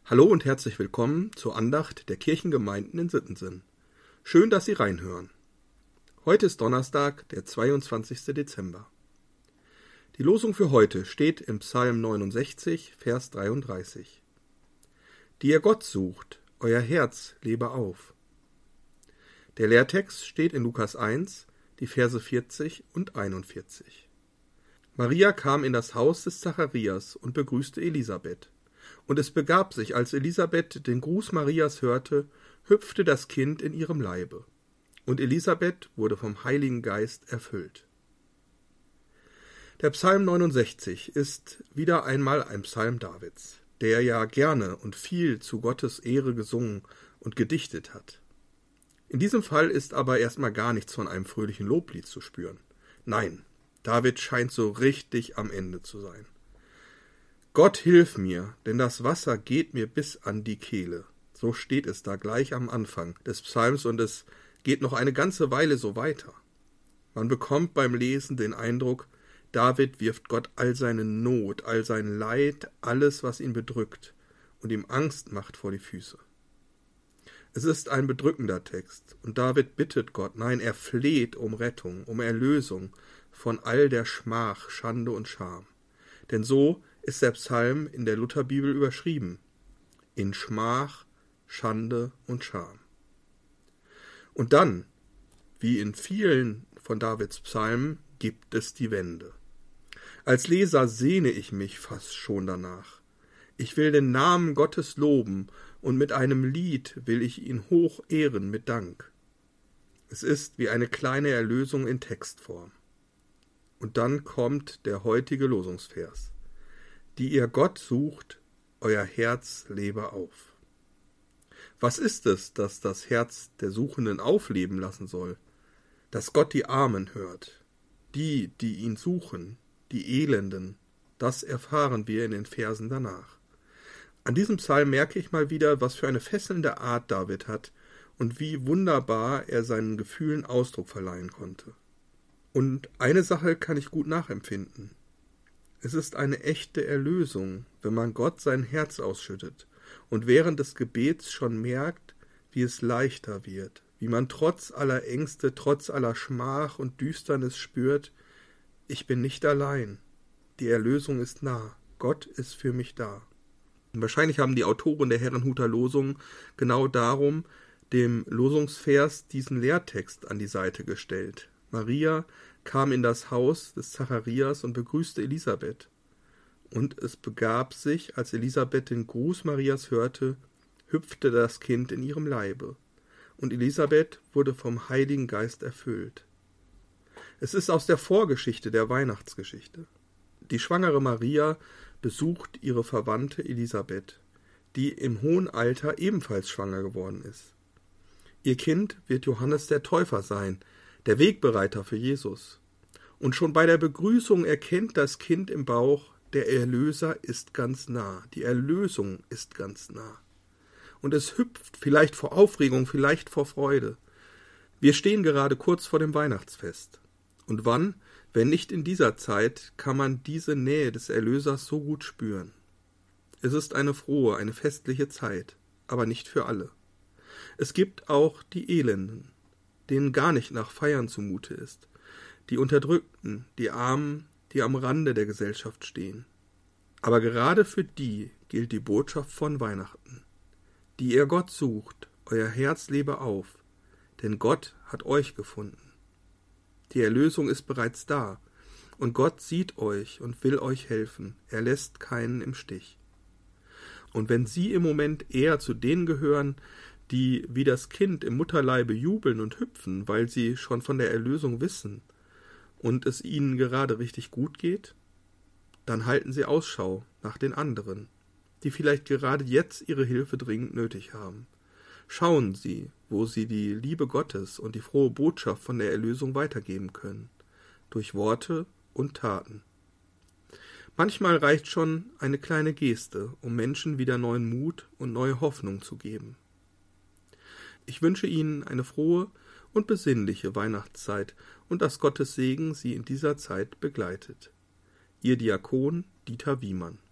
Hallo und herzlich willkommen zur Andacht der Kirchengemeinden in Sittensen. Schön, dass Sie reinhören. Heute ist Donnerstag, der 22. Dezember. Die Losung für heute steht im Psalm 69, Vers 33. Die ihr Gott sucht, euer Herz lebe auf. Der Lehrtext steht in Lukas 1, die Verse 40 und 41. Maria kam in das Haus des Zacharias und begrüßte Elisabeth. Und es begab sich, als Elisabeth den Gruß Marias hörte, hüpfte das Kind in ihrem Leibe. Und Elisabeth wurde vom Heiligen Geist erfüllt. Der Psalm 69 ist wieder einmal ein Psalm Davids, der ja gerne und viel zu Gottes Ehre gesungen und gedichtet hat. In diesem Fall ist aber erstmal gar nichts von einem fröhlichen Loblied zu spüren. Nein, David scheint so richtig am Ende zu sein. Gott, hilf mir, denn das Wasser geht mir bis an die Kehle. So steht es da gleich am Anfang des Psalms und es geht noch eine ganze Weile so weiter. Man bekommt beim Lesen den Eindruck, David wirft Gott all seine Not, all sein Leid, alles, was ihn bedrückt und ihm Angst macht, vor die Füße. Es ist ein bedrückender Text und David bittet Gott, nein, er fleht um Rettung, um Erlösung von all der Schmach, Schande und Scham. Denn so ist der Psalm in der Lutherbibel überschrieben: in Schmach, Schande und Scham. Und dann, wie in vielen von Davids Psalmen, gibt es die Wende. Als Leser sehne ich mich fast schon danach. Ich will den Namen Gottes loben und mit einem Lied will ich ihn hoch ehren mit Dank. Es ist wie eine kleine Erlösung in Textform. Und dann kommt der heutige Losungsvers. Die ihr Gott sucht, euer Herz lebe auf. Was ist es, das das Herz der Suchenden aufleben lassen soll? Dass Gott die Armen hört, die ihn suchen, die Elenden, das erfahren wir in den Versen danach. An diesem Psalm merke ich mal wieder, was für eine fesselnde Art David hat und wie wunderbar er seinen Gefühlen Ausdruck verleihen konnte. Und eine Sache kann ich gut nachempfinden. Es ist eine echte Erlösung, wenn man Gott sein Herz ausschüttet und während des Gebets schon merkt, wie es leichter wird, wie man trotz aller Ängste, trotz aller Schmach und Düsternis spürt, ich bin nicht allein, die Erlösung ist nah, Gott ist für mich da. Und wahrscheinlich haben die Autoren der Herrenhuter Losung genau darum dem Losungsvers diesen Lehrtext an die Seite gestellt. Maria kam in das Haus des Zacharias und begrüßte Elisabeth. Und es begab sich, als Elisabeth den Gruß Marias hörte, hüpfte das Kind in ihrem Leibe. Und Elisabeth wurde vom Heiligen Geist erfüllt. Es ist aus der Vorgeschichte der Weihnachtsgeschichte. Die schwangere Maria besucht ihre Verwandte Elisabeth, die im hohen Alter ebenfalls schwanger geworden ist. Ihr Kind wird Johannes der Täufer sein, der Wegbereiter für Jesus. Und schon bei der Begrüßung erkennt das Kind im Bauch, der Erlöser ist ganz nah, die Erlösung ist ganz nah. Und es hüpft, vielleicht vor Aufregung, vielleicht vor Freude. Wir stehen gerade kurz vor dem Weihnachtsfest. Und wann, wenn nicht in dieser Zeit, kann man diese Nähe des Erlösers so gut spüren? Es ist eine frohe, eine festliche Zeit, aber nicht für alle. Es gibt auch die Elenden, denen gar nicht nach Feiern zumute ist, die Unterdrückten, die Armen, die am Rande der Gesellschaft stehen. Aber gerade für die gilt die Botschaft von Weihnachten. Die ihr Gott sucht, euer Herz lebe auf, denn Gott hat euch gefunden. Die Erlösung ist bereits da, und Gott sieht euch und will euch helfen, er lässt keinen im Stich. Und wenn Sie im Moment eher zu denen gehören, die wie das Kind im Mutterleibe jubeln und hüpfen, weil sie schon von der Erlösung wissen und es ihnen gerade richtig gut geht, dann halten Sie Ausschau nach den anderen, die vielleicht gerade jetzt Ihre Hilfe dringend nötig haben. Schauen Sie, wo Sie die Liebe Gottes und die frohe Botschaft von der Erlösung weitergeben können, durch Worte und Taten. Manchmal reicht schon eine kleine Geste, um Menschen wieder neuen Mut und neue Hoffnung zu geben. Ich wünsche Ihnen eine frohe und besinnliche Weihnachtszeit und dass Gottes Segen Sie in dieser Zeit begleitet. Ihr Diakon Dieter Wiemann.